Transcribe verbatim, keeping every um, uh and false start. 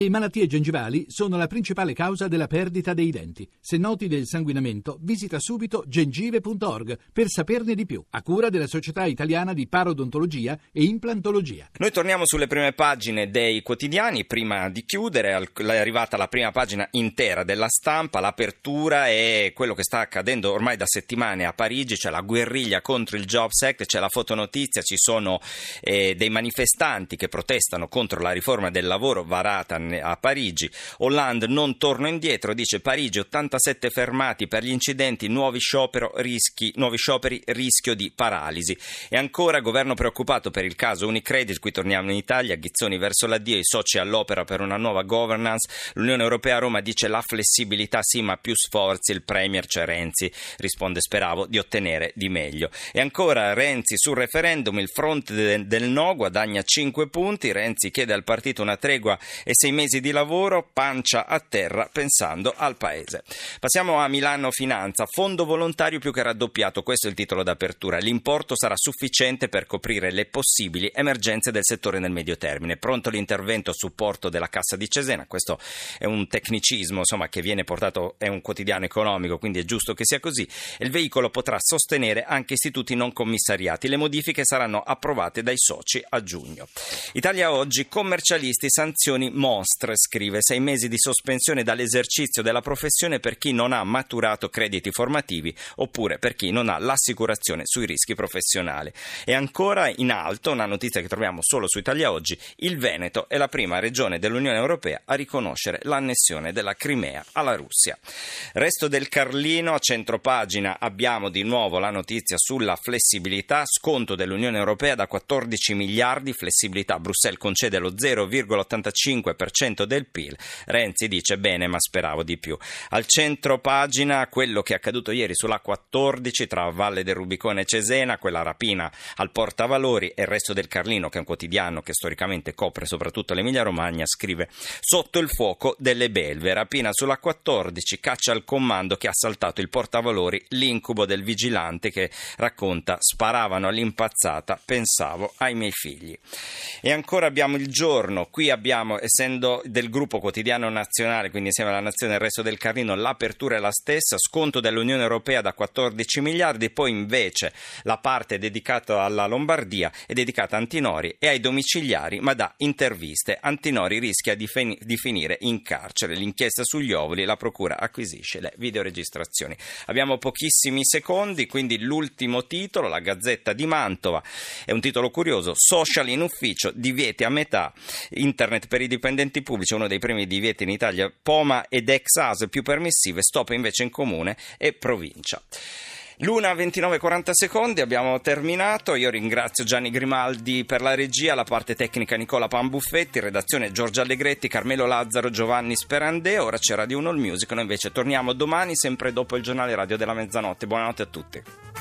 Le malattie gengivali sono la principale causa della perdita dei denti. Se noti del sanguinamento, visita subito gengive punto org per saperne di più, a cura della Società Italiana di Parodontologia e Implantologia. Noi torniamo sulle prime pagine dei quotidiani. Prima di chiudere, è arrivata la prima pagina intera della Stampa, l'apertura è quello che sta accadendo ormai da settimane a Parigi. C'è la guerriglia contro il Jobs Act, c'è la fotonotizia, ci sono eh, dei manifestanti che protestano contro la riforma del lavoro varata a Parigi. Hollande non torna indietro, dice Parigi, ottantasette fermati per gli incidenti, nuovi, sciopero, rischi, nuovi scioperi, rischio di paralisi. E ancora governo preoccupato per il caso Unicredit, qui torniamo in Italia, Ghizzoni verso l'addio, i soci all'opera per una nuova governance, l'Unione Europea a Roma dice la flessibilità sì ma più sforzi, il premier, cioè Renzi, risponde speravo di ottenere di meglio. E ancora Renzi sul referendum, il fronte de- del no guadagna cinque punti, Renzi chiede al partito una tregua e sei mesi di lavoro, pancia a terra pensando al paese. Passiamo a Milano Finanza, fondo volontario più che raddoppiato, questo è il titolo d'apertura, l'importo sarà sufficiente per coprire le possibili emergenze del settore nel medio termine, pronto l'intervento a supporto della Cassa di Cesena, questo è un tecnicismo insomma che viene portato, è un quotidiano economico quindi è giusto che sia così, e il veicolo potrà sostenere anche istituti non commissariati, le modifiche saranno approvate dai soci a giugno. Italia Oggi, commercialisti, sanzioni mostre, scrive, sei mesi di sospensione dall'esercizio della professione per chi non ha maturato crediti formativi oppure per chi non ha l'assicurazione sui rischi professionali. E ancora in alto una notizia che troviamo solo su Italia Oggi, il Veneto è la prima regione dell'Unione Europea a riconoscere l'annessione della Crimea alla Russia. Resto del Carlino, a centropagina abbiamo di nuovo la notizia sulla flessibilità, sconto dell'Unione Europea da quattordici miliardi, flessibilità, Bruxelles concede lo zero virgola ottantacinque per cento del P I L, Renzi dice bene ma speravo di più. Al centro pagina quello che è accaduto ieri sulla quattordici tra Valle del Rubicone e Cesena, quella rapina al Portavalori, e il Resto del Carlino, che è un quotidiano che storicamente copre soprattutto l'Emilia Romagna, scrive sotto il fuoco delle belve, rapina sulla quattordici, caccia al comando che ha assaltato il Portavalori, l'incubo del vigilante che racconta sparavano all'impazzata, pensavo ai miei figli. E ancora abbiamo Il Giorno, qui abbiamo, essendo del gruppo quotidiano nazionale, quindi insieme alla Nazione e il Resto del Carlino, l'apertura è la stessa, sconto dell'Unione Europea da quattordici miliardi, poi invece la parte dedicata alla Lombardia è dedicata a Antinori e ai domiciliari, ma da interviste. Antinori rischia di, fin- di finire in carcere, l'inchiesta sugli ovuli, la procura acquisisce le videoregistrazioni. Abbiamo pochissimi secondi, quindi l'ultimo titolo, la Gazzetta di Mantova, è un titolo curioso, social in ufficio, divieti a metà, internet per i dipendenti pubblici, uno dei primi divieti in Italia, Poma ed ex A S più permissive, stop invece in comune e provincia. L'una ventinove e quaranta secondi, abbiamo terminato. Io ringrazio Gianni Grimaldi per la regia, la parte tecnica Nicola Pambuffetti, redazione Giorgio Allegretti, Carmelo Lazzaro, Giovanni Sperandè. Ora c'è Radio uno il Music, noi invece torniamo domani sempre dopo il giornale radio della mezzanotte. Buonanotte a tutti.